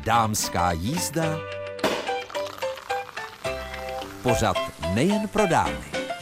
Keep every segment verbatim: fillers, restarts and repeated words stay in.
Dámská jízda, pořad nejen pro dámy.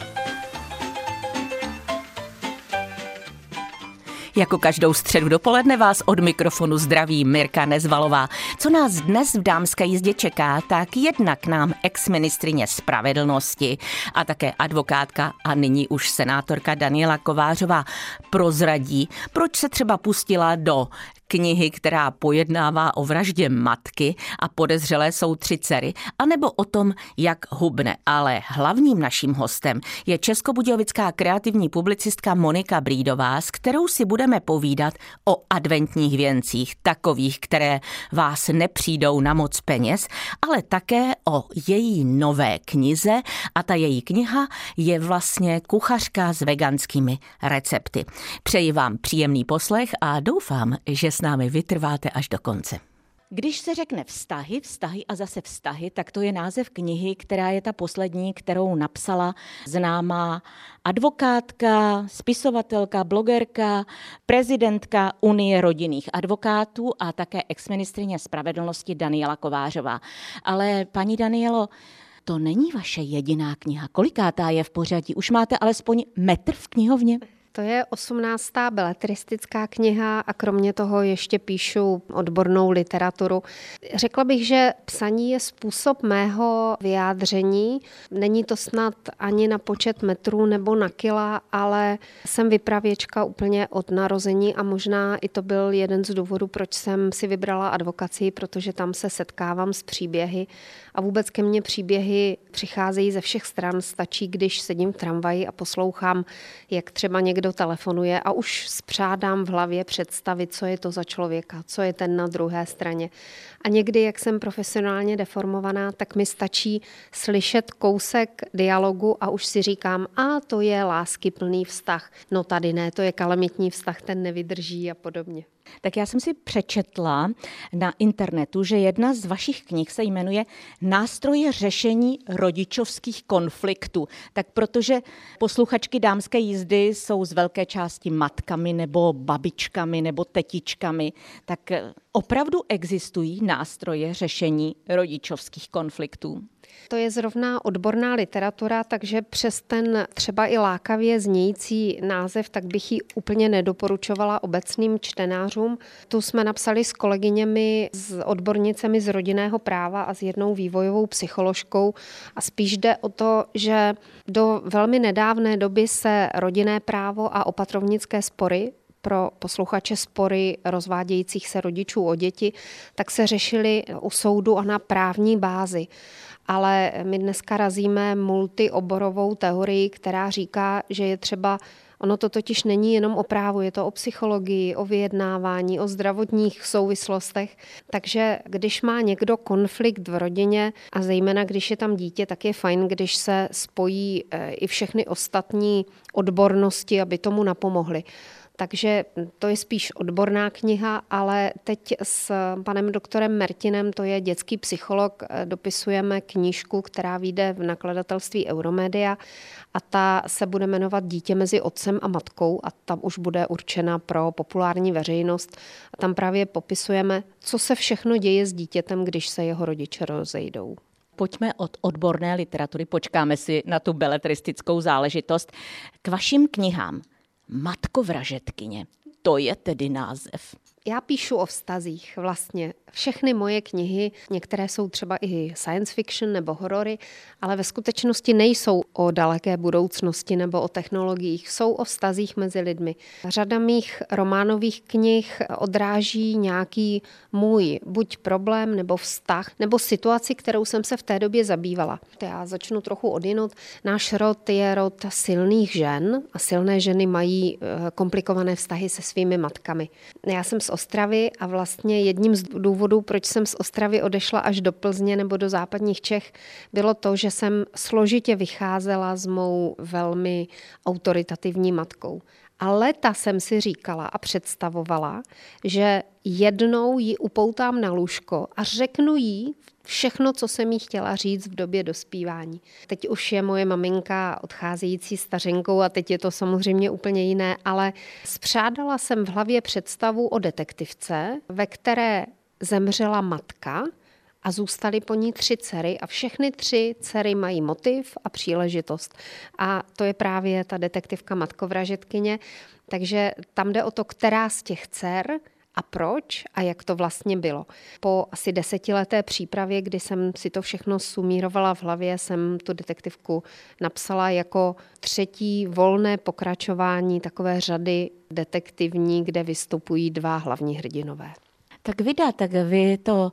Jako každou středu dopoledne vás od mikrofonu zdraví Mirka Nezvalová. Co nás dnes v Dámské jízdě čeká, tak jednak nám exministryně spravedlnosti a také advokátka a nyní už senátorka Daniela Kovářová prozradí, proč se třeba pustila do knihy, která pojednává o vraždě matky a podezřelé jsou tři dcery, anebo o tom, jak hubne. Ale hlavním naším hostem je českobudějovická kreativní publicistka Monika Brídová, s kterou si budeme povídat o adventních věncích, takových, které vás nepřijdou na moc peněz, ale také o její nové knize a ta její kniha je vlastně kuchařka s veganskými recepty. Přeji vám příjemný poslech a doufám, že s námi vytrváte až do konce. Když se řekne vztahy, vztahy a zase vztahy, tak to je název knihy, která je ta poslední, kterou napsala známá advokátka, spisovatelka, blogerka, prezidentka Unie rodinných advokátů a také exministryně spravedlnosti Daniela Kovářová. Ale paní Danielo, to není vaše jediná kniha. Kolikátá je v pořadí? Už máte alespoň metr v knihovně? To je osmnáctá beletristická kniha a kromě toho ještě píšu odbornou literaturu. Řekla bych, že psaní je způsob mého vyjádření. Není to snad ani na počet metrů nebo na kila, ale jsem vypravěčka úplně od narození a možná i to byl jeden z důvodů, proč jsem si vybrala advokacii, protože tam se setkávám s příběhy a vůbec ke mně příběhy přicházejí ze všech stran. Stačí, když sedím v tramvaji a poslouchám, jak třeba někdo telefonuje a už spřádám v hlavě představit, co je to za člověka, co je ten na druhé straně. A někdy, jak jsem profesionálně deformovaná, tak mi stačí slyšet kousek dialogu a už si říkám, a to je láskyplný vztah. No tady ne, to je kalamitní vztah, ten nevydrží a podobně. Tak já jsem si přečetla na internetu, že jedna z vašich knih se jmenuje Nástroje řešení rodičovských konfliktů. Tak protože posluchačky Dámské jízdy jsou z velké části matkami nebo babičkami nebo tetičkami, tak opravdu existují nástroje řešení rodičovských konfliktů? To je zrovna odborná literatura, takže přes ten třeba i lákavě znějící název, tak bych ji úplně nedoporučovala obecným čtenářům. Tu jsme napsali s kolegyněmi, s odbornicemi z rodinného práva a s jednou vývojovou psycholožkou a spíš jde o to, že do velmi nedávné doby se rodinné právo a opatrovnické spory pro posluchače spory rozvádějících se rodičů o děti, tak se řešily u soudu a na právní bázi. Ale my dneska razíme multioborovou teorii, která říká, že je třeba, ono to totiž není jenom o právu, je to o psychologii, o vyjednávání, o zdravotních souvislostech. Takže když má někdo konflikt v rodině a zejména když je tam dítě, tak je fajn, když se spojí i všechny ostatní odbornosti, aby tomu napomohly. Takže to je spíš odborná kniha, ale teď s panem doktorem Mertinem, to je dětský psycholog, dopisujeme knížku, která vyjde v nakladatelství Euromedia a ta se bude jmenovat Dítě mezi otcem a matkou a tam už bude určena pro populární veřejnost. A tam právě popisujeme, co se všechno děje s dítětem, když se jeho rodiče rozejdou. Pojďme od odborné literatury, počkáme si na tu beletristickou záležitost. K vašim knihám. Matkovražedkyně, to je tedy název. Já píšu o vztazích vlastně. Všechny moje knihy, některé jsou třeba i science fiction nebo horory, ale ve skutečnosti nejsou o daleké budoucnosti nebo o technologiích, jsou o vztazích mezi lidmi. Řada mých románových knih odráží nějaký můj buď problém nebo vztah, nebo situaci, kterou jsem se v té době zabývala. Já začnu trochu odjinud. Náš rod je rod silných žen a silné ženy mají komplikované vztahy se svými matkami. Já jsem z Ostravy a vlastně jedním z důvodů, proč jsem z Ostravy odešla až do Plzně nebo do západních Čech, bylo to, že jsem složitě vycházela s mou velmi autoritativní matkou. A léta jsem si říkala a představovala, že jednou ji upoutám na lůžko a řeknu jí všechno, co jsem jí chtěla říct v době dospívání. Teď už je moje maminka odcházející stařenkou a teď je to samozřejmě úplně jiné, ale spřádala jsem v hlavě představu o detektivce, ve které zemřela matka a zůstaly po ní tři dcery a všechny tři dcery mají motiv a příležitost. A to je právě ta detektivka matkovražedkyně. Takže tam jde o to, která z těch dcer a proč a jak to vlastně bylo. Po asi desetileté přípravě, kdy jsem si to všechno sumírovala v hlavě, jsem tu detektivku napsala jako třetí volné pokračování takové řady detektivní, kde vystupují dva hlavní hrdinové. Tak Vida, tak vy to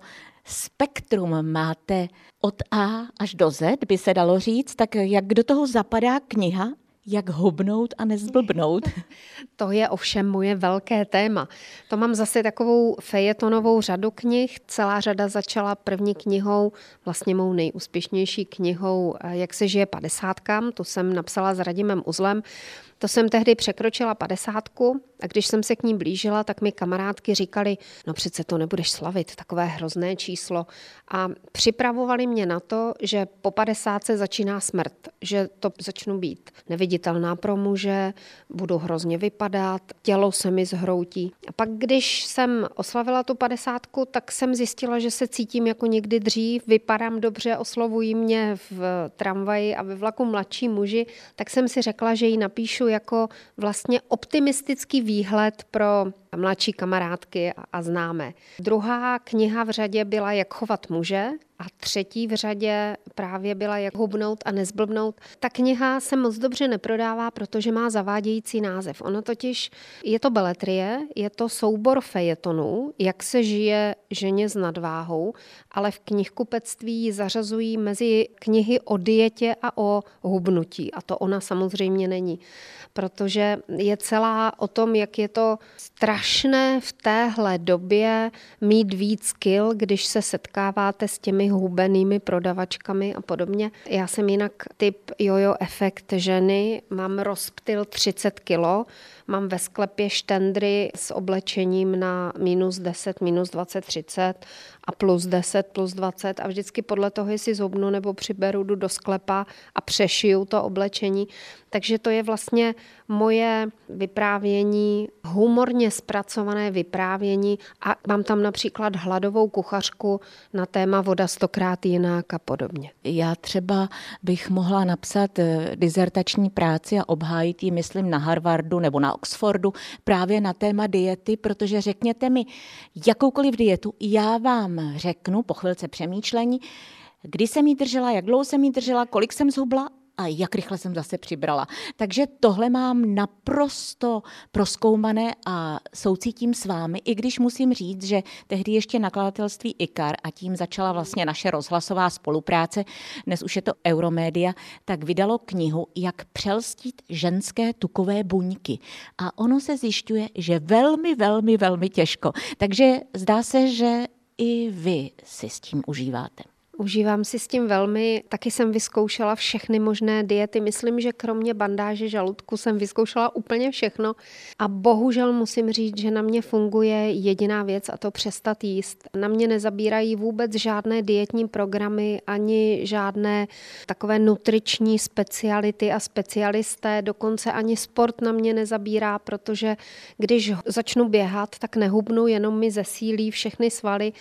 spektrum máte od A až do Z, by se dalo říct, tak jak do toho zapadá kniha? Jak hubnout a nezblbnout? To je ovšem moje velké téma. To mám zase takovou fejetonovou řadu knih. Celá řada začala první knihou, vlastně mou nejúspěšnější knihou Jak se žije padesátkám. To jsem napsala s Radimem Uzlem. To jsem tehdy překročila padesátku a když jsem se k ní blížila, tak mi kamarádky říkali, no přece to nebudeš slavit, takové hrozné číslo. A připravovali mě na to, že po padesátce začíná smrt, že to začnu být neviditelná pro muže, budu hrozně vypadat, tělo se mi zhroutí. A pak, když jsem oslavila tu padesátku, tak jsem zjistila, že se cítím jako nikdy dřív, vypadám dobře, oslovují mě v tramvaji a ve vlaku mladší muži, tak jsem si řekla, že ji napíšu jako vlastně optimistický výhled pro mladší kamarádky a známé. Druhá kniha v řadě byla Jak chovat muže a třetí v řadě právě byla Jak hubnout a nezblbnout. Ta kniha se moc dobře neprodává, protože má zavádějící název. Ono totiž je to beletrie, je to soubor fejetonů, jak se žije ženě s nadváhou, ale v knihkupectví ji zařazují mezi knihy o dietě a o hubnutí. A to ona samozřejmě není, protože je celá o tom, jak je to strašné v téhle době mít víc kil, když se setkáváte s těmi hubenými prodavačkami a podobně. Já jsem jinak typ jojo efekt ženy, mám rozptyl třicet kilo, mám ve sklepě štendry s oblečením na minus deset, minus dvacet, třicet a plus deset, plus dvacet a vždycky podle toho, jestli zhubnu nebo přiberu, jdu do sklepa a přešiju to oblečení. Takže to je vlastně moje vyprávění, humorně zpracované vyprávění a mám tam například hladovou kuchařku na téma voda stokrát jinak a podobně. Já třeba bych mohla napsat dizertační práci a obhájit ji, myslím, na Harvardu nebo na Oxfordu právě na téma diety, protože řekněte mi jakoukoliv dietu, já vám řeknu po chvilce přemýšlení, kdy jsem jí držela, jak dlouho jsem jí držela, kolik jsem zhubla a jak rychle jsem zase přibrala. Takže tohle mám naprosto prozkoumané a soucítím s vámi, i když musím říct, že tehdy ještě nakladatelství Ikar a tím začala vlastně naše rozhlasová spolupráce, dnes už je to Euromédia, tak vydalo knihu Jak přelstít ženské tukové buňky. A ono se zjišťuje, že velmi, velmi, velmi těžko. Takže zdá se, že i vy si s tím užíváte. Užívám si s tím velmi, taky jsem vyzkoušela všechny možné diety, myslím, že kromě bandáže žaludku jsem vyzkoušela úplně všechno a bohužel musím říct, že na mě funguje jediná věc a to přestat jíst. Na mě nezabírají vůbec žádné dietní programy, ani žádné takové nutriční speciality a specialisté, dokonce ani sport na mě nezabírá, protože když začnu běhat, tak nehubnu, jenom mi zesílí všechny svaly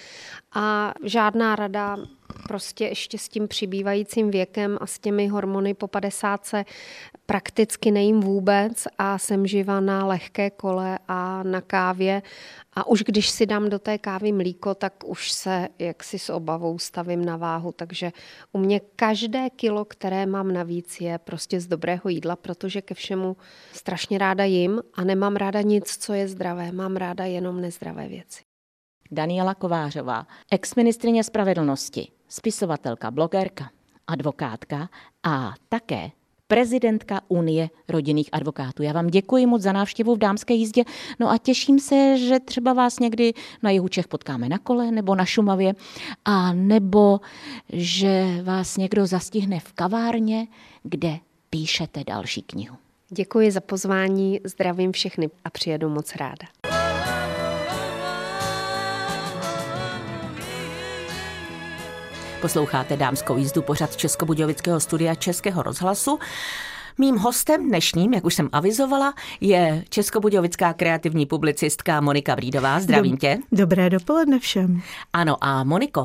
a žádná rada prostě ještě s tím přibývajícím věkem a s těmi hormony po padesátce prakticky nejím vůbec a jsem živa na lehké kole a na kávě. A už když si dám do té kávy mlíko, tak už se jaksi s obavou stavím na váhu. Takže u mě každé kilo, které mám navíc, je prostě z dobrého jídla, protože ke všemu strašně ráda jim a nemám ráda nic, co je zdravé. Mám ráda jenom nezdravé věci. Daniela Kovářová, exministryně spravedlnosti, spisovatelka, blogerka, advokátka a také prezidentka Unie rodinných advokátů. Já vám děkuji moc za návštěvu v Dámské jízdě, no a těším se, že třeba vás někdy na jihu Čech potkáme na kole nebo na Šumavě, a nebo že vás někdo zastihne v kavárně, kde píšete další knihu. Děkuji za pozvání, zdravím všechny a přijedu moc ráda. Posloucháte Dámskou jízdu, pořad Českobudějovického studia Českého rozhlasu. Mým hostem dnešním, jak už jsem avizovala, je českobudějovická kreativní publicistka Monika Brídová. Zdravím tě. Dobré dopoledne všem. Ano a Moniko,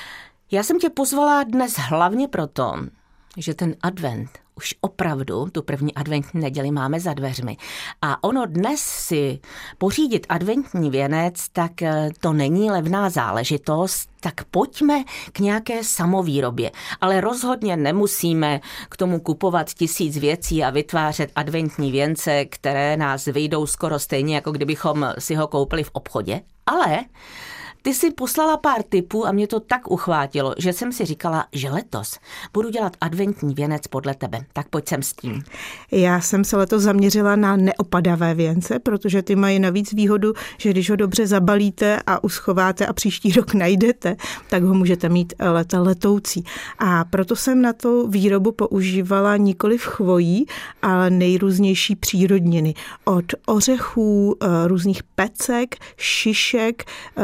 já jsem tě pozvala dnes hlavně proto, že ten advent už opravdu, tu první adventní neděli máme za dveřmi. A ono dnes si pořídit adventní věnec, tak to není levná záležitost, tak pojďme k nějaké samovýrobě. Ale rozhodně nemusíme k tomu kupovat tisíc věcí a vytvářet adventní věnce, které nás vyjdou skoro stejně, jako kdybychom si ho koupili v obchodě. Ale ty jsi poslala pár tipů a mě to tak uchvátilo, že jsem si říkala, že letos budu dělat adventní věnec podle tebe. Tak pojď sem s tím. Já jsem se letos zaměřila na neopadavé věnce, protože ty mají navíc výhodu, že když ho dobře zabalíte a uschováte a příští rok najdete, tak ho můžete mít leta letoucí. A proto jsem na tu výrobu používala nikoliv chvojí, ale nejrůznější přírodniny. Od ořechů, různých pecek, šišek,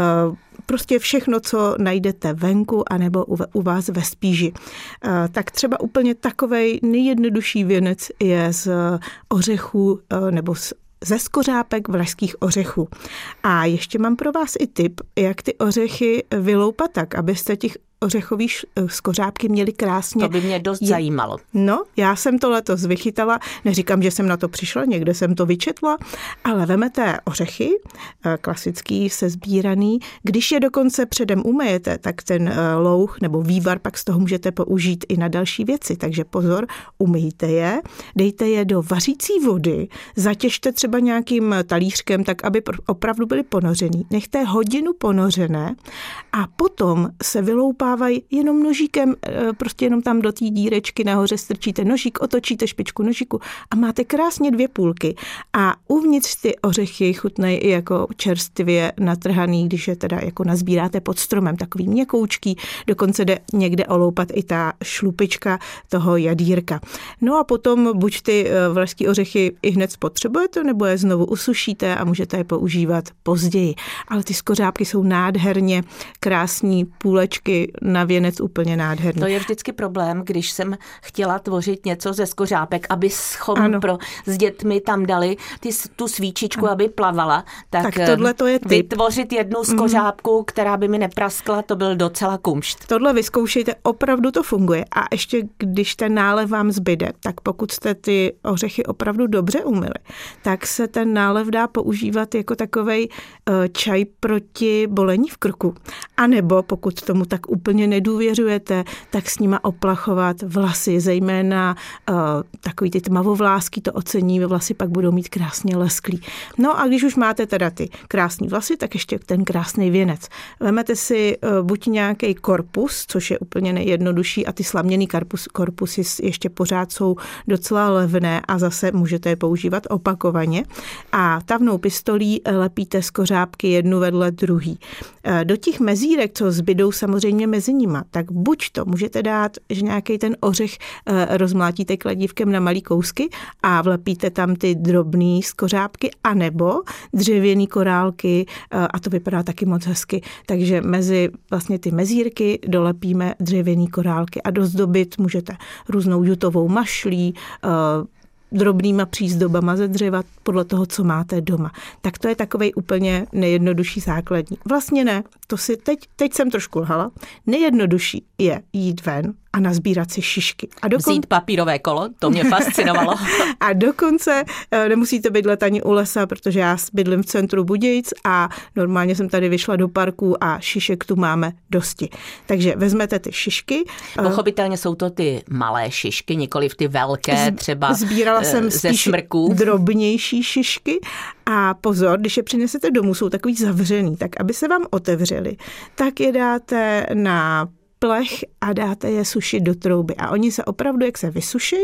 prostě všechno, co najdete venku anebo u vás ve spíži. Tak třeba úplně takovej nejjednodušší věnec je z ořechů nebo z ze skořápek vlašských ořechů. A ještě mám pro vás i tip, jak ty ořechy vyloupat tak, abyste těch ořechový skořápky měli krásně. To by mě dost zajímalo. No, já jsem to letos vychytala, neříkám, že jsem na to přišla, někde jsem to vyčetla, ale vemete ořechy, klasický sezbíraný, když je dokonce předem umyjete, tak ten louh nebo vývar pak z toho můžete použít i na další věci, takže pozor, umyjte je, dejte je do vařící vody, zatěžte třeba nějakým talířkem, tak aby opravdu byly ponořený. Nechte hodinu ponořené a potom se vyloupá jenom nožíkem, prostě jenom tam do té dírečky nahoře strčíte nožík, otočíte špičku nožíku a máte krásně dvě půlky. A uvnitř ty ořechy chutnají i jako čerstvě natrhaný, když je teda jako nazbíráte pod stromem, takový měkoučký, dokonce jde někde oloupat i ta šlupička toho jadírka. No a potom buď ty vlašské ořechy i hned spotřebujete, nebo je znovu usušíte a můžete je používat později. Ale ty skořápky jsou nádherně krásní půlečky na věnec, úplně nádherný. To je vždycky problém, když jsem chtěla tvořit něco ze skořápek, aby schom pro s dětmi tam dali ty, tu svíčičku, ano. aby plavala. Tak, tak tohle to je typ. Vytvořit jednu skořápku, mm. která by mi nepraskla, to byl docela kumšt. Tohle vyzkoušejte, opravdu to funguje. A ještě když ten nálev vám zbyde, tak pokud jste ty ořechy opravdu dobře umyli, tak se ten nálev dá používat jako takovej uh, čaj proti bolení v krku. A nebo pokud tomu tak úplně nedůvěřujete, tak s nima oplachovat vlasy, zejména uh, takový ty tmavovlásky to ocení, vlasy pak budou mít krásně lesklý. No a když už máte teda ty krásný vlasy, tak ještě ten krásný věnec. Vemete si uh, buď nějaký korpus, což je úplně nejjednodušší a ty slaměný korpus, korpusy ještě pořád jsou docela levné a zase můžete je používat opakovaně. A tavnou pistolí lepíte skořápky jednu vedle druhý. Uh, do těch mezírek, co zbydou samozřejmě mezi nima, tak buď to můžete dát, že nějaký ten ořech e, rozmlátíte kladívkem na malý kousky a vlepíte tam ty drobný skořápky, anebo dřevěný korálky e, a to vypadá taky moc hezky. Takže mezi vlastně ty mezírky dolepíme dřevěný korálky a dozdobit můžete různou jutovou mašlí, e, drobnýma přízdobama ze dřeva podle toho, co máte doma. Tak to je takovej úplně nejjednodušší základní. Vlastně ne, to si teď, teď jsem trošku lhala. Nejjednodušší je jít ven a nazbírat si šišky. A dokon... Vzít papírové kolo, to mě fascinovalo. A dokonce nemusíte bydlet ani u lesa, protože já bydlím v centru Budějic a normálně jsem tady vyšla do parku a šišek tu máme dosti. Takže vezmete ty šišky. Pochopitelně jsou to ty malé šišky, nikoliv ty velké, třeba Sbírala jsem ze smrků. Drobnější šišky a pozor, když je přinesete domů, jsou takový zavřený, tak aby se vám otevřeli, tak je dáte na plech a dáte je sušit do trouby. A oni se opravdu, jak se vysuší,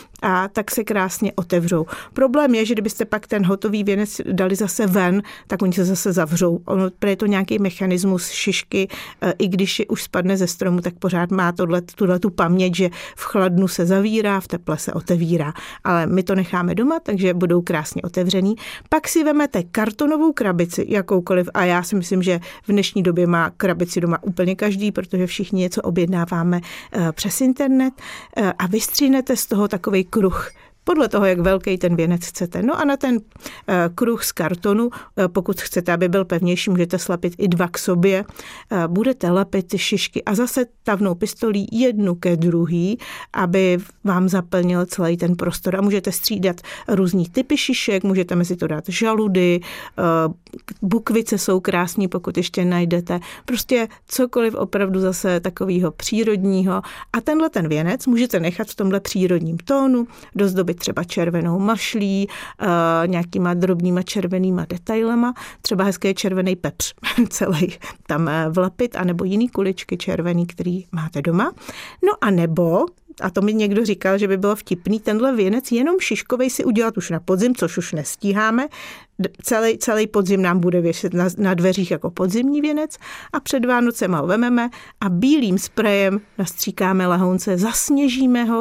a tak se krásně otevřou. Problém je, že kdybyste pak ten hotový věnec dali zase ven, tak oni se zase zavřou. Ono, je to nějaký mechanismus šišky, i když už spadne ze stromu, tak pořád má tohle, tuhle tu paměť, že v chladnu se zavírá, v teple se otevírá. Ale my to necháme doma, takže budou krásně otevřený. Pak si vemete kartonovou krabici, jakoukoliv, a já si myslím, že v dnešní době má krabici doma úplně každý, protože všichni něco objednáváme přes internet, a vystřínete z toho takovej kruh podle toho, jak velký ten věnec chcete. No a na ten kruh z kartonu, pokud chcete, aby byl pevnější, můžete slepit i dva k sobě. Budete lepit ty šišky a zase tavnou pistolí jednu ke druhý, aby vám zaplnil celý ten prostor. A můžete střídat různý typy šišek, můžete mezi to dát žaludy, bukvice jsou krásní, pokud ještě najdete. Prostě cokoliv opravdu zase takového přírodního. A tenhle ten věnec můžete nechat v tomhle přírodním tónu, dozdobit třeba červenou mašlí, nějakýma drobnýma červenýma detailema, třeba hezký červený pepř celý tam vlepit, anebo jiný kuličky červený, který máte doma. No a nebo, a to mi někdo říkal, že by bylo vtipný, tenhle věnec jenom šiškovej si udělat už na podzim, což už nestíháme. Celý, celý podzim nám bude věšet na, na dveřích jako podzimní věnec a před Vánocem ho vememe a bílým sprejem nastříkáme lehounce, zasněžíme ho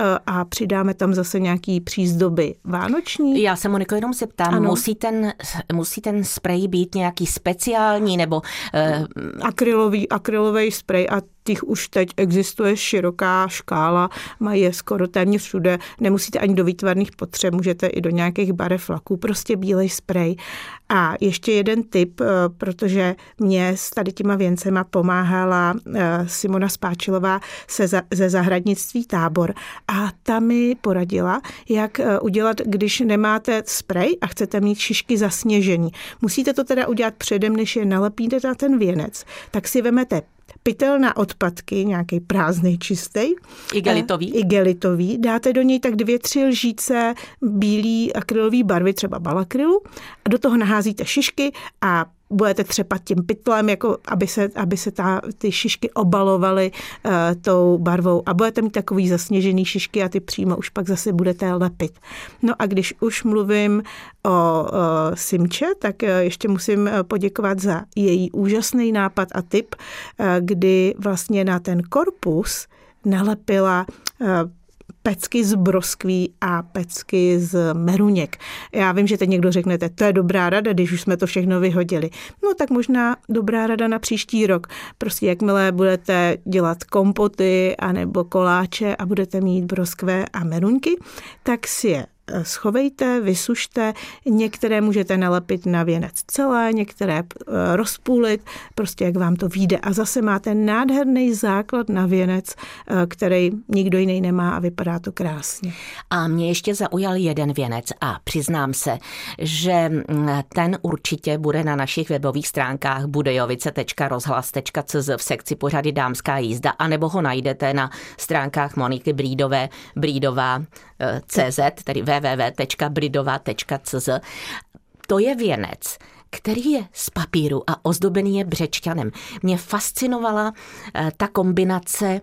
a přidáme tam zase nějaký přízdoby vánoční. Já se, Moniko, jenom se ptám, musí ten, musí ten sprej být nějaký speciální nebo... Uh... Akrylový, akrylový sprej a těch už teď existuje široká škála, mají je skoro téměř všude, nemusíte ani do výtvarných potřeb, můžete i do nějakých barev laků, prostě bílej sprej. A ještě jeden tip, protože mě s tady těma věncema pomáhala Simona Spáčilová se za, ze zahradnictví Tábor a ta mi poradila, jak udělat, když nemáte sprej a chcete mít šišky zasněžený. Musíte to teda udělat předem, než je nalepíte na ten věnec, tak si vemete pytel na odpadky, nějaký prázdnej, čistý. Igelitový. Igelitový. Dáte do něj tak dvě, tři lžíce bílý akrylové barvy, třeba balakrylu a do toho naházíte šišky a budete třepat tím pytlem, jako aby se, aby se ta, ty šišky obalovaly uh, tou barvou a budete mít takový zasněžený šišky a ty přímo už pak zase budete lepit. No a když už mluvím o uh, Simče, tak uh, ještě musím poděkovat za její úžasný nápad a tip, uh, kdy vlastně na ten korpus nalepila uh, pecky z broskví a pecky z meruněk. Já vím, že teď někdo řeknete, to je dobrá rada, když už jsme to všechno vyhodili. No tak možná dobrá rada na příští rok. Prostě jakmile budete dělat kompoty anebo koláče a budete mít broskve a meruňky, tak si je schovejte, vysušte, některé můžete nalepit na věnec celé, některé rozpůlit, prostě jak vám to vyjde. A zase máte nádherný základ na věnec, který nikdo jiný nemá a vypadá to krásně. A mě ještě zaujal jeden věnec a přiznám se, že ten určitě bude na našich webových stránkách budejovice tečka rozhlas tečka cé zet v sekci pořady Dámská jízda, anebo ho najdete na stránkách Moniky Brídové, brídová tečka cé zet, tedy w w w tečka bridová tečka cé zet. To je věnec, který je z papíru a ozdobený je břečťanem. Mě fascinovala ta kombinace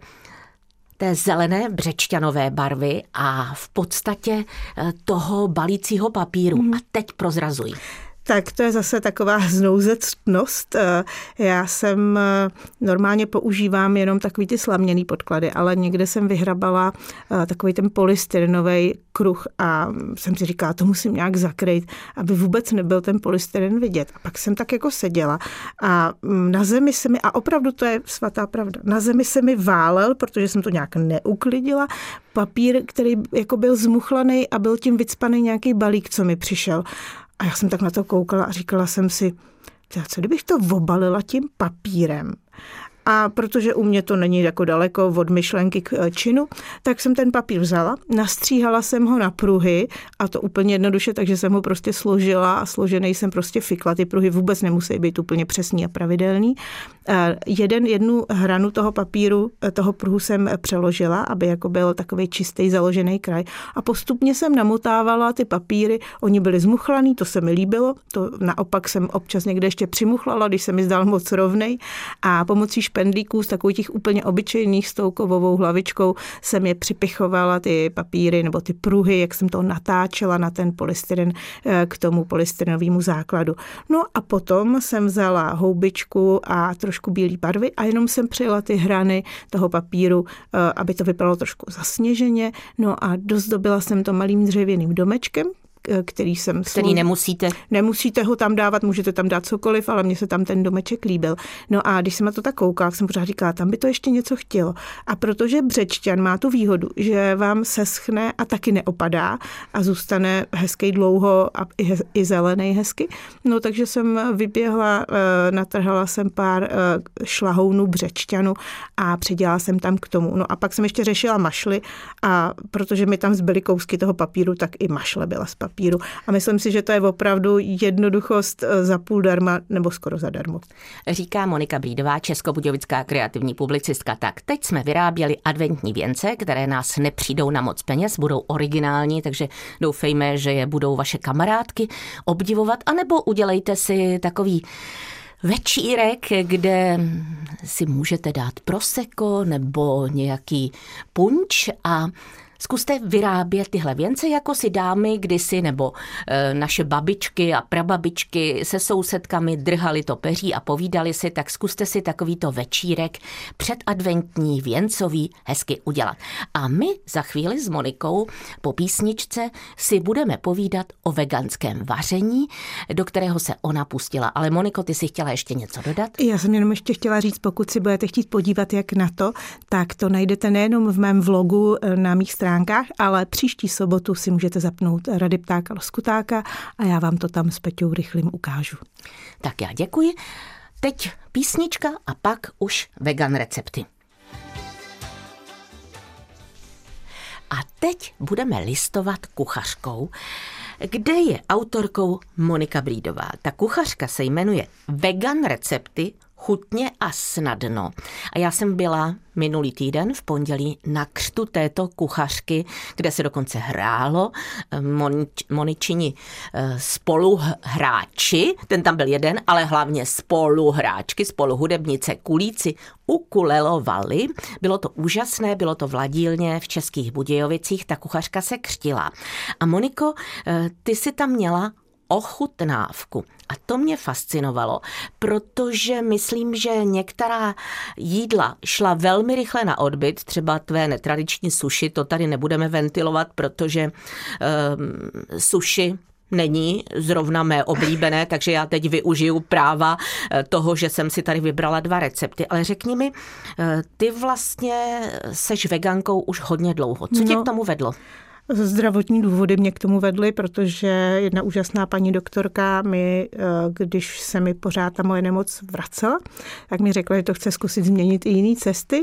té zelené břečťanové barvy a v podstatě toho balícího papíru. Mm. A teď prozrazuj. Tak to je zase taková znouzectnost. Já jsem normálně používám jenom takový ty slaměný podklady, ale někde jsem vyhrabala takový ten polystyrenový kruh a jsem si říkala, to musím nějak zakrýt, aby vůbec nebyl ten polystyren vidět. A pak jsem tak jako seděla a na zemi se mi, a opravdu to je svatá pravda, na zemi se mi válel, protože jsem to nějak neuklidila, papír, který jako byl zmuchlaný a byl tím vycpaný nějaký balík, co mi přišel. A já jsem tak na to koukala a říkala jsem si, co kdybych to obalila tím papírem? A protože u mě to není jako daleko od myšlenky k činu, tak jsem ten papír vzala, nastříhala jsem ho na pruhy a to úplně jednoduše, takže jsem ho prostě složila a složený jsem prostě fikla. Ty pruhy vůbec nemusí být úplně přesný a pravidelný. Jeden, jednu hranu toho papíru, toho pruhu jsem přeložila, aby jako byl takový čistý založený kraj a postupně jsem namotávala ty papíry, oni byli zmuchlaný, to se mi líbilo, to naopak jsem občas někde ještě přimuchlala, když se mi zdal moc rovnej a pomocí špendlíků z takových těch úplně obyčejných s tou kovovou hlavičkou jsem je připichovala ty papíry nebo ty pruhy, jak jsem to natáčela na ten polystyren k tomu polystyrenovému základu. No a potom jsem vzala houbičku a trošku bílé barvy a jenom jsem přijela ty hrany toho papíru, aby to vypadalo trošku zasněženě. No a dozdobila jsem to malým dřevěným domečkem, který jsem... Který svůj... nemusíte? Nemusíte ho tam dávat, můžete tam dát cokoliv, ale mně se tam ten domeček líbil. No a když jsem na to tak koukala, jsem pořád říkala, tam by to ještě něco chtělo. A protože břečťan má tu výhodu, že vám seschne a taky neopadá a zůstane hezký dlouho a i, i zelený hezky, no takže jsem vyběhla, natrhala jsem pár šlahounů břečťanu a předělala jsem tam k tomu. No a pak jsem ještě řešila mašly a protože mi tam zbyly kousky toho papíru, tak i mašle byla z papíru. A myslím si, že to je opravdu jednoduchost za půl darma nebo skoro zadarmo. Říká Monika Brídová, českobudějovická kreativní publicistka. Tak teď jsme vyráběli adventní věnce, které nás nepřijdou na moc peněz, budou originální, takže doufejme, že je budou vaše kamarádky obdivovat, anebo udělejte si takový večírek, kde si můžete dát prosecco nebo nějaký punč a zkuste vyrábět tyhle věnce, jako si dámy kdysi, nebo e, naše babičky a prababičky se sousedkami drhali to peří a povídali si, tak zkuste si takovýto večírek předadventní, věncový hezky udělat. A my za chvíli s Monikou po písničce si budeme povídat o veganském vaření, do kterého se ona pustila. Ale Moniko, ty si chtěla ještě něco dodat? Já jsem jenom ještě chtěla říct, pokud si budete chtít podívat, jak na to, tak to najdete nejenom v mém vlogu na mých stránkách, ale příští sobotu si můžete zapnout Rady Ptáka Loskutáka a já vám to tam s Peťou Rychlým ukážu. Tak já děkuji. Teď písnička a pak už vegan recepty. A teď budeme listovat kuchařkou, kde je autorkou Monika Brídová. Ta kuchařka se jmenuje Vegan recepty chutně a snadno. A já jsem byla minulý týden v pondělí na křtu této kuchařky, kde se dokonce hrálo Monič, Moničini spoluhráči, ten tam byl jeden, ale hlavně spoluhráčky, spoluhudebnice, kulíci ukulelovali. Bylo to úžasné, bylo to v Ladílně v Českých Budějovicích, ta kuchařka se křtila. A Moniko, ty si tam měla ochutnávku. A to mě fascinovalo, protože myslím, že některá jídla šla velmi rychle na odbyt, třeba tvé netradiční sushi, to tady nebudeme ventilovat, protože um, sushi není zrovna mé oblíbené, takže já teď využiju práva toho, že jsem si tady vybrala dva recepty. Ale řekni mi, ty vlastně seš vegankou už hodně dlouho. Co tě no. k tomu vedlo? Zdravotní důvody mě k tomu vedly, protože jedna úžasná paní doktorka mi, když se mi pořád ta moje nemoc vracela, tak mi řekla, že to chce zkusit změnit i jiné cesty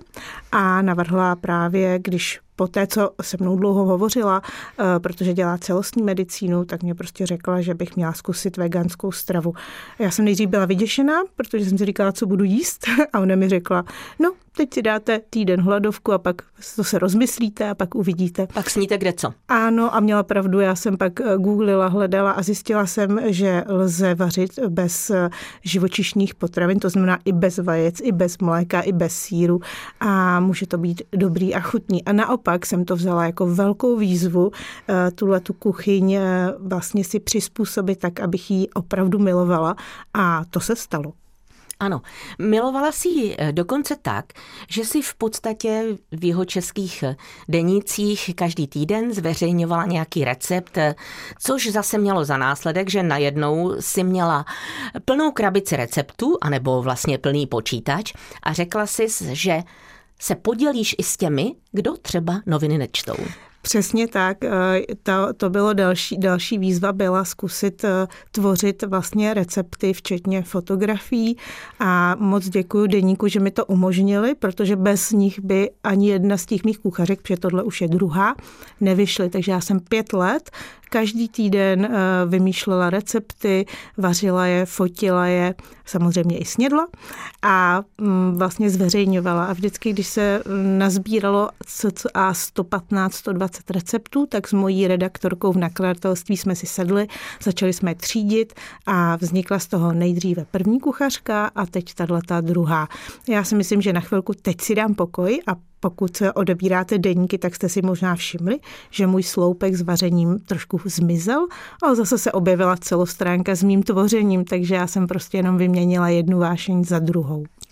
a navrhla právě, když po té, co se mnou dlouho hovořila, protože dělá celostní medicínu, tak mě prostě řekla, že bych měla zkusit veganskou stravu. Já jsem nejdřív byla vyděšená, protože jsem si říkala, co budu jíst, a ona mi řekla, no, teď si dáte týden hladovku a pak to se rozmyslíte a pak uvidíte. Pak sníte kde co? Ano, a měla pravdu, já jsem pak googlila, hledala a zjistila jsem, že lze vařit bez živočišných potravin, to znamená i bez vajec, i bez mléka, i bez sýru a může to být dobrý a chutný. A naopak jsem to vzala jako velkou výzvu, tuhletu kuchyň vlastně si přizpůsobit tak, abych ji opravdu milovala a to se stalo. Ano, milovala si ji dokonce tak, že si v podstatě v jihočeských denících každý týden zveřejňovala nějaký recept, což zase mělo za následek, že najednou si měla plnou krabici receptů, anebo vlastně plný počítač a řekla si, že se podělíš i s těmi, kdo třeba noviny nečtou. Přesně tak. To, to bylo další, další výzva, byla zkusit tvořit vlastně recepty, včetně fotografií a moc děkuju deníku, že mi to umožnili, protože bez nich by ani jedna z těch mých kuchařek, protože tohle už je druhá, nevyšly. Takže já jsem pět let každý týden vymýšlela recepty, vařila je, fotila je, samozřejmě i snědla a vlastně zveřejňovala. A vždycky, když se nazbíralo cca sto patnáct sto dvacet receptů, tak s mojí redaktorkou v nakladatelství jsme si sedli, začali jsme třídit a vznikla z toho nejdříve první kuchařka a teď tato druhá. Já si myslím, že na chvilku teď si dám pokoj a pokud odebíráte deníky, tak jste si možná všimli, že můj sloupek s vařením trošku zmizel, ale zase se objevila celostránka s mým tvořením, takže já jsem prostě jenom vyměnila jednu vášeň za druhou.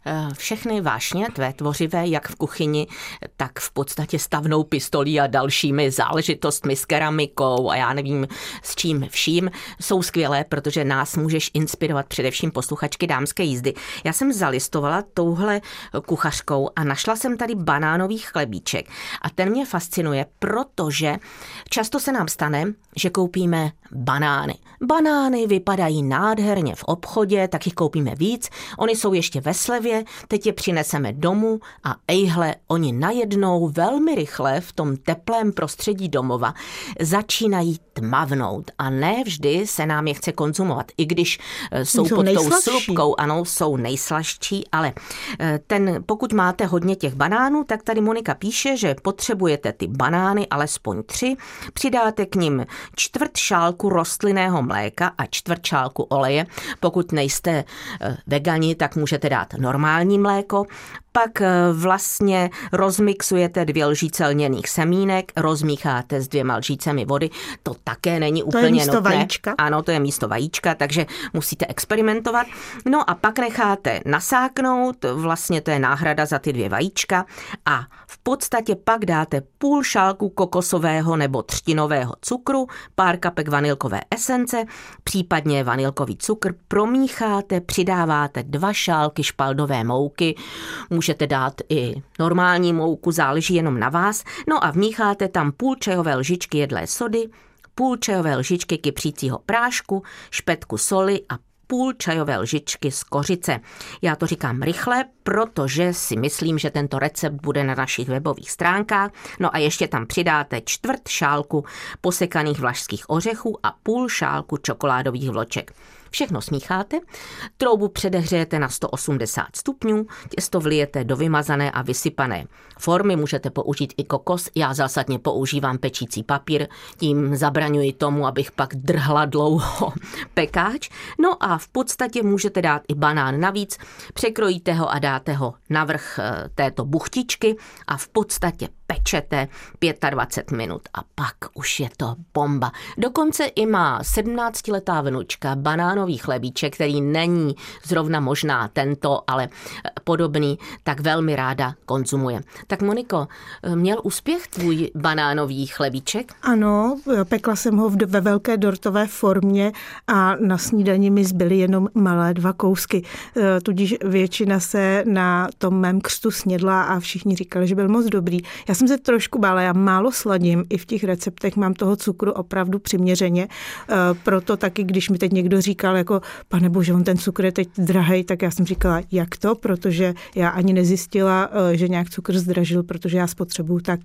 Všechny vášně tvé tvořivé, jak v kuchyni, tak v podstatě stavnou pistolí a dalšími záležitostmi s keramikou a já nevím s čím vším, jsou skvělé, protože nás můžeš inspirovat, především posluchačky Dámské jízdy. Já jsem zalistovala touhle kuchařkou a našla jsem tady banánový chlebíček a ten mě fascinuje, protože často se nám stane, že koupíme banány. Banány vypadají nádherně v obchodě, tak jich koupíme víc, oni jsou ještě ve slevě, teď je přineseme domů a ejhle, oni najednou velmi rychle v tom teplém prostředí domova začínají tmavnout a ne vždy se nám je chce konzumovat, i když jsou, jsou pod nejslažší. Tou slupkou, ano, jsou nejslažší, ale ten, pokud máte hodně těch banánů, tak tady Monika píše, že potřebujete ty banány alespoň tři, přidáte k nim čtvrt šálku rostlinného mléka a čtvrt šálku oleje. Pokud nejste vegani, tak můžete dát normální mléko. Pak vlastně rozmixujete dvě lžíce lněných semínek, rozmícháte s dvěma lžícemi vody. To také není to úplně je místo nutné. Vajíčka. Ano, to je místo vajíčka, takže musíte experimentovat. No a pak necháte nasáknout, vlastně to je náhrada za ty dvě vajíčka a v podstatě pak dáte půl šálku kokosového nebo třtinového cukru, pár kapek vanilkové esence, případně vanilkový cukr, promícháte, přidáváte dva šálky špaldové mouky, můžete dát i normální mouku, záleží jenom na vás, no a vmícháte tam půl čajové lžičky jedlé sody, půl čajové lžičky kypřícího prášku, špetku soli a půl čajové lžičky z kořice. Já to říkám rychle, protože si myslím, že tento recept bude na našich webových stránkách. No a ještě tam přidáte čtvrt šálku posekaných vlašských ořechů a půl šálku čokoládových vloček. Všechno smícháte, troubu předehřejete na sto osmdesát stupňů, těsto vlijete do vymazané a vysypané formy, můžete použít i kokos, já zásadně používám pečící papír, tím zabraňuji tomu, abych pak drhla dlouho pekáč. No a v podstatě můžete dát i banán navíc, překrojíte ho a dáte ho navrch této buchtičky a v podstatě pečete dvacet pět minut a pak už je to bomba. Dokonce i má sedmnáctiletá vnučka banánový chlebíček, který není zrovna možná tento, ale podobný, tak velmi ráda konzumuje. Tak Moniko, měl úspěch tvůj banánový chlebíček? Ano, pekla jsem ho ve velké dortové formě a na snídani mi zbyly jenom malé dva kousky. Tudíž většina se na tom mém křtu snědla a všichni říkali, že byl moc dobrý. Já jsem se trošku bála, já málo sladím, i v těch receptech mám toho cukru opravdu přiměřeně, proto taky, když mi teď někdo říkal, jako pane bože, on ten cukr je teď drahej, tak já jsem říkala, jak to, protože já ani nezjistila, že nějak cukr zdražil, protože já spotřebuju tak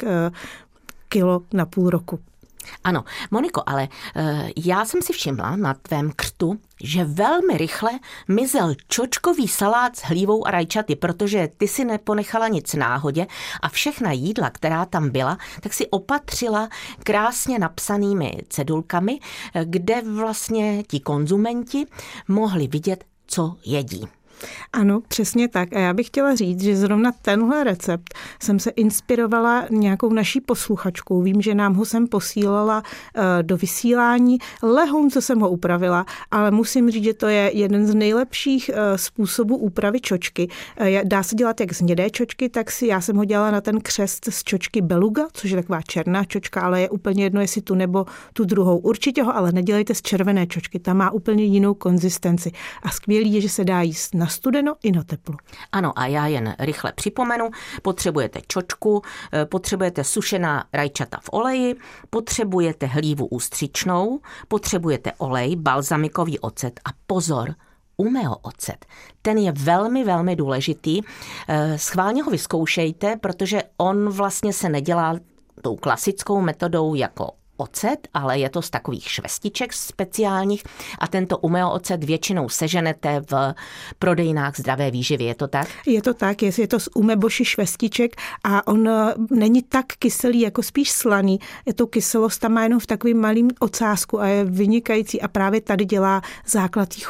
kilo na půl roku. Ano, Moniko, ale e, já jsem si všimla na tvém křtu, že velmi rychle mizel čočkový salát s hlívou a rajčaty, protože ty si neponechala nic náhodě a všechna jídla, která tam byla, tak si opatřila krásně napsanými cedulkami, kde vlastně ti konzumenti mohli vidět, co jedí. Ano, přesně tak. A já bych chtěla říct, že zrovna tenhle recept jsem se inspirovala nějakou naší posluchačkou. Vím, že nám ho jsem posílala do vysílání. Lehonce jsem ho upravila, ale musím říct, že to je jeden z nejlepších způsobů úpravy čočky. Dá se dělat jak z hnědé čočky, tak si já jsem ho dělala na ten křest z čočky beluga, což je taková černá čočka, ale je úplně jedno, jestli tu nebo tu druhou. Určitě ho ale nedělejte z červené čočky, ta má úplně jinou konzistenci. A skvělý je, že se dá jíst na studeno i na teplo. Ano, a já jen rychle připomenu, potřebujete čočku, potřebujete sušená rajčata v oleji, potřebujete hlívu ústřičnou, potřebujete olej, balzamikový ocet a pozor, umeo ocet. Ten je velmi, velmi důležitý. Schválně ho vyzkoušejte, protože on vlastně se nedělá tou klasickou metodou jako ocet, ale je to z takových švestiček speciálních a tento umeo ocet většinou seženete v prodejnách zdravé výživy, je to tak? Je to tak, je, je to z umeboši švestiček a on není tak kyselý, jako spíš slaný. Je to kyselost, tam má jenom v takovým malým ocásku a je vynikající a právě tady dělá základ chuti.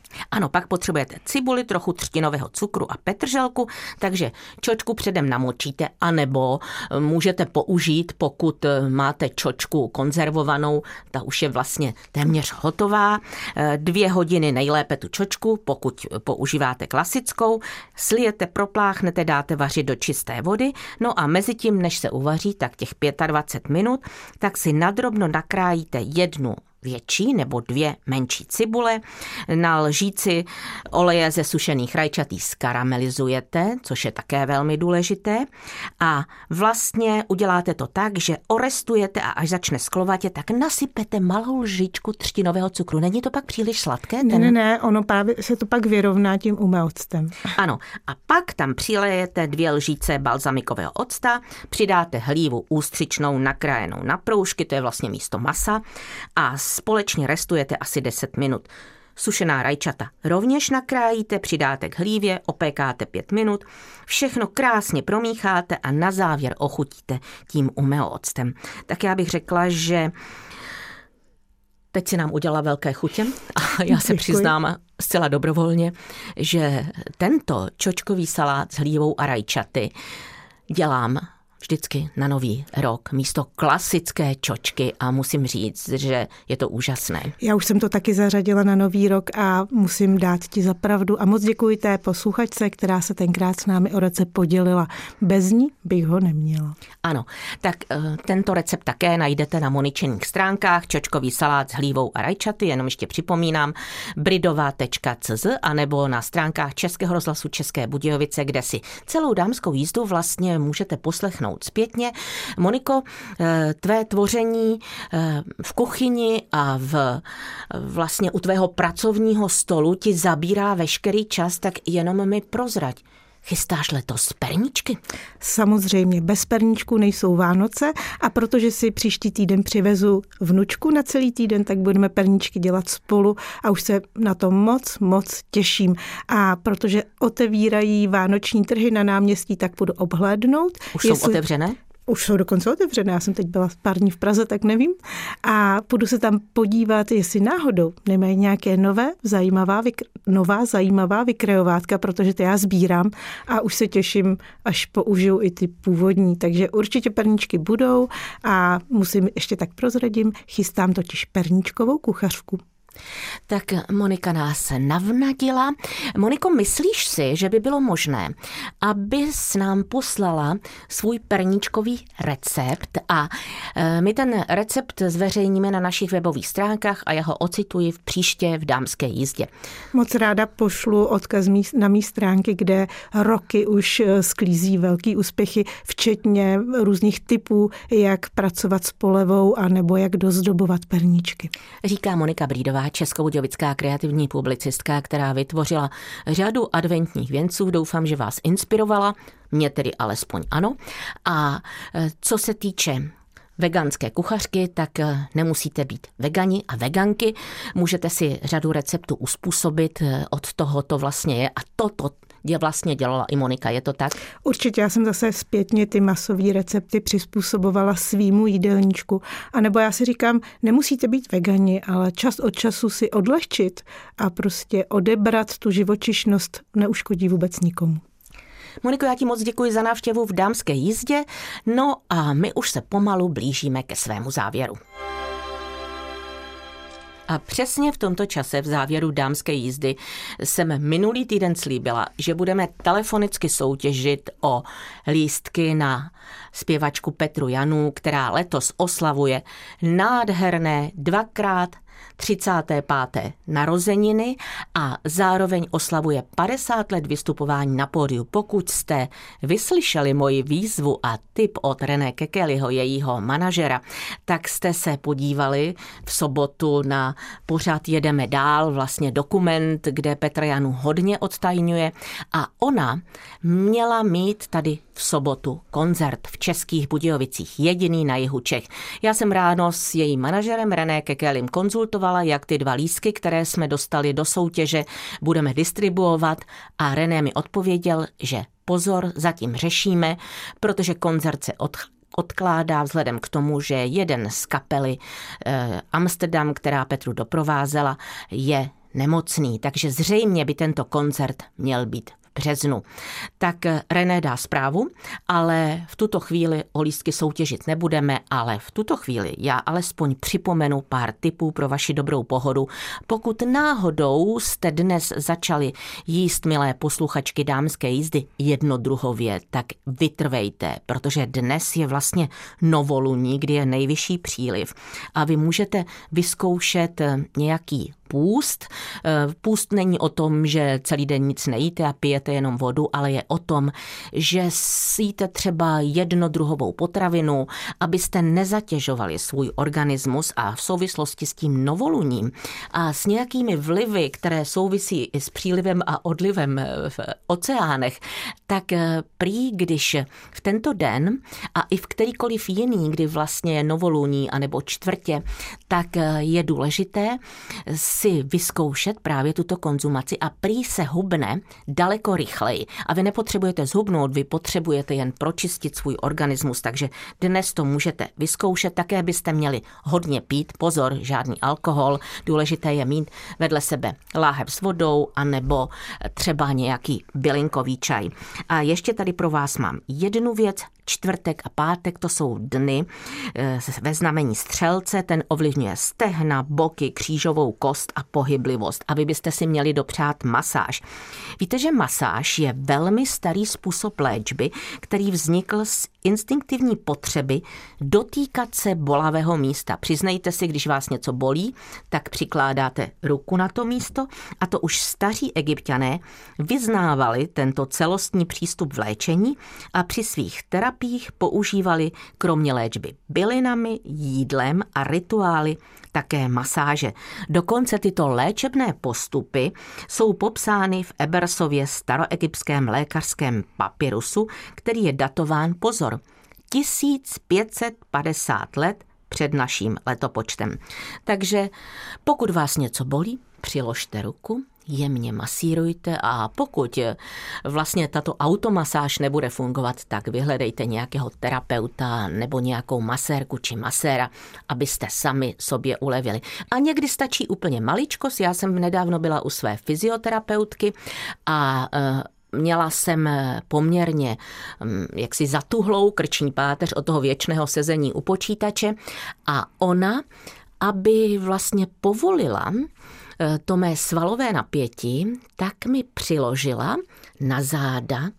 Ano, pak potřebujete cibuli, trochu třtinového cukru a petrželku, takže čočku předem namočíte, anebo můžete použít, pokud máte čočku konzervovanou, ta už je vlastně téměř hotová. Dvě hodiny nejlépe tu čočku, pokud používáte klasickou, slijete, propláchnete, dáte vařit do čisté vody, no a mezi tím, než se uvaří, tak těch dvacet pět minut, tak si nadrobno nakrájíte jednu větší nebo dvě menší cibule. Na lžíci oleje ze sušených rajčatý skaramelizujete, což je také velmi důležité. A vlastně uděláte to tak, že orestujete a až začne sklovatě, tak nasypete malou lžičku třtinového cukru. Není to pak příliš sladké? Ten... Ne, ne, ne, ono právě se to pak vyrovná tím umeoctem. Ano, a pak tam přilejete dvě lžíce balzamikového octa, přidáte hlívu ústřičnou nakrájenou na proužky, to je vlastně místo masa, a společně restujete asi deset minut. Sušená rajčata rovněž nakrájíte, přidáte k hlívě, opékáte pět minut, všechno krásně promícháte a na závěr ochutíte tím umeo octem. Tak já bych řekla, že teď si nám udělala velké chutě a já se přiznám zcela dobrovolně, že tento čočkový salát s hlívou a rajčaty dělám vždycky na nový rok místo klasické čočky a musím říct, že je to úžasné. Já už jsem to taky zařadila na nový rok a musím dát ti za pravdu a moc děkuji té posluchačce, která se tenkrát s námi o recept podělila. Bez ní bych ho neměla. Ano, tak tento recept také najdete na Moničiných stránkách, čočkový salát s hlívou a rajčaty, jenom ještě připomínám, bridová tečka cé zet anebo na stránkách Českého rozhlasu České Budějovice, kde si celou dámskou jízdu vlastně můžete poslechnout zpětně. Moniko, tvé tvoření v kuchyni a v, vlastně u tvého pracovního stolu ti zabírá veškerý čas, tak jenom mi prozrať. Chystáš letos perníčky? Samozřejmě, bez perníčku nejsou Vánoce a protože si příští týden přivezu vnučku na celý týden, tak budeme perníčky dělat spolu a už se na to moc, moc těším. A protože otevírají vánoční trhy na náměstí, tak budu obhlédnout. Už jsou jestli... otevřené? Už jsou dokonce otevřené, já jsem teď byla pár dní v Praze, tak nevím. A půjdu se tam podívat, jestli náhodou nemají nějaké nové, zajímavá, vykr- nová zajímavá vykrejovátka, protože to já sbírám a už se těším, až použiju i ty původní. Takže určitě perníčky budou a musím ještě tak prozradím, chystám totiž perníčkovou kuchařku. Tak Monika nás navnadila. Moniko, myslíš si, že by bylo možné, abys nám poslala svůj perníčkový recept a my ten recept zveřejníme na našich webových stránkách a já ho ocituji v příště v dámské jízdě. Moc ráda pošlu odkaz na mý stránky, kde roky už sklízí velký úspěchy, včetně různých typů, jak pracovat s polevou a nebo jak dozdobovat perníčky. Říká Monika Brídová, českobudějovická kreativní publicistka, která vytvořila řadu adventních věnců. Doufám, že vás inspirovala, mě tedy alespoň ano. A co se týče veganské kuchařky, tak nemusíte být vegani a veganky. Můžete si řadu receptů uspůsobit, od toho to vlastně je a toto je vlastně dělala i Monika, je to tak? Určitě, já jsem zase zpětně ty masové recepty přizpůsobovala svýmu jídelníčku. A nebo já si říkám, nemusíte být vegani, ale čas od času si odlehčit a prostě odebrat tu živočišnost neuškodí vůbec nikomu. Moniko, já ti moc děkuji za návštěvu v dámské jízdě, no a my už se pomalu blížíme ke svému závěru. A přesně v tomto čase v závěru dámské jízdy jsem minulý týden slíbila, že budeme telefonicky soutěžit o lístky na zpěvačku Petru Janu, která letos oslavuje nádherné dvakrát třicáté páté narozeniny a zároveň oslavuje padesát let vystupování na pódiu. Pokud jste vyslyšeli moji výzvu a tip od René Kekeliho, jejího manažera, tak jste se podívali v sobotu na pořad Jedeme dál, vlastně dokument, kde Petra Janu hodně odtajňuje a ona měla mít tady v sobotu koncert v Českých Budějovicích, jediný na jihu Čech. Já jsem ráno s jejím manažerem René Kekelim konzultovala, jak ty dva lístky, které jsme dostali do soutěže, budeme distribuovat a René mi odpověděl, že pozor, zatím řešíme, protože koncert se od odkládá vzhledem k tomu, že jeden z kapely eh, Amsterdam, která Petru doprovázela, je nemocný, takže zřejmě by tento koncert měl být v březnu. Tak René dá zprávu, ale v tuto chvíli o lístky soutěžit nebudeme, ale v tuto chvíli já alespoň připomenu pár tipů pro vaši dobrou pohodu. Pokud náhodou jste dnes začali jíst, milé posluchačky dámské jízdy, jednodruhově, tak vytrvejte, protože dnes je vlastně novoluní, kdy je nejvyšší příliv a vy můžete vyzkoušet nějaký půst. Půst není o tom, že celý den nic nejíte a pijete jenom vodu, ale je o tom, že jíte třeba jednodruhovou potravinu, abyste nezatěžovali svůj organismus a v souvislosti s tím novoluním a s nějakými vlivy, které souvisí i s přílivem a odlivem v oceánech, tak prý, když v tento den a i v kterýkoliv jiný, kdy vlastně je novoluní anebo čtvrtě, tak je důležité si vyzkoušet právě tuto konzumaci a prý se hubne daleko rychleji. A vy nepotřebujete zhubnout, vy potřebujete jen pročistit svůj organismus, takže dnes to můžete vyzkoušet. Také byste měli hodně pít, pozor, žádný alkohol, důležité je mít vedle sebe láhev s vodou anebo třeba nějaký bylinkový čaj. A ještě tady pro vás mám jednu věc. Čtvrtek a pátek, to jsou dny ve znamení střelce, ten ovlivňuje stehna, boky, křížovou kost a pohyblivost. A vy byste si měli dopřát masáž. Víte, že masáž je velmi starý způsob léčby, který vznikl z instinktivní potřeby dotýkat se bolavého místa. Přiznejte si, když vás něco bolí, tak přikládáte ruku na to místo a to už staří Egypťané vyznávali tento celostní přístup v léčení a při svých terapiích používali kromě léčby bylinami, jídlem a rituály také masáže. Dokonce tyto léčebné postupy jsou popsány v Ebersově staroegyptském lékařském papyrusu, který je datován, pozor, tisíc pět set padesát let před naším letopočtem. Takže pokud vás něco bolí, přiložte ruku, jemně masírujte a pokud vlastně tato automasáž nebude fungovat, tak vyhledejte nějakého terapeuta nebo nějakou masérku či maséra, abyste sami sobě ulevili. A někdy stačí úplně maličkost. Já jsem nedávno byla u své fyzioterapeutky a měla jsem poměrně jaksi zatuhlou krční páteř od toho věčného sezení u počítače a ona, aby vlastně povolila to mé svalové napětí, tak mi přiložila na záda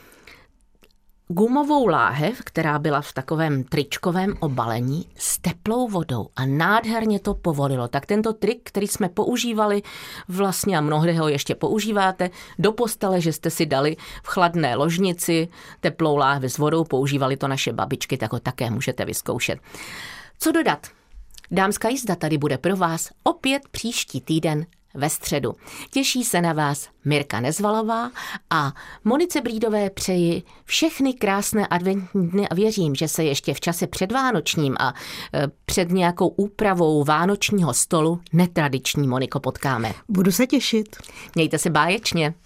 gumovou láhev, která byla v takovém tričkovém obalení s teplou vodou a nádherně to povolilo. Tak tento trik, který jsme používali vlastně a mnohdy ho ještě používáte, do postele, že jste si dali v chladné ložnici teplou láhev s vodou, používali to naše babičky, tak ho také můžete vyzkoušet. Co dodat? Dámská jízda tady bude pro vás opět příští týden ve středu. Těší se na vás Mirka Nezvalová a Monice Brídové přeji všechny krásné adventní dny a věřím, že se ještě v čase předvánočním a před nějakou úpravou vánočního stolu netradiční, Moniko, potkáme. Budu se těšit. Mějte se báječně.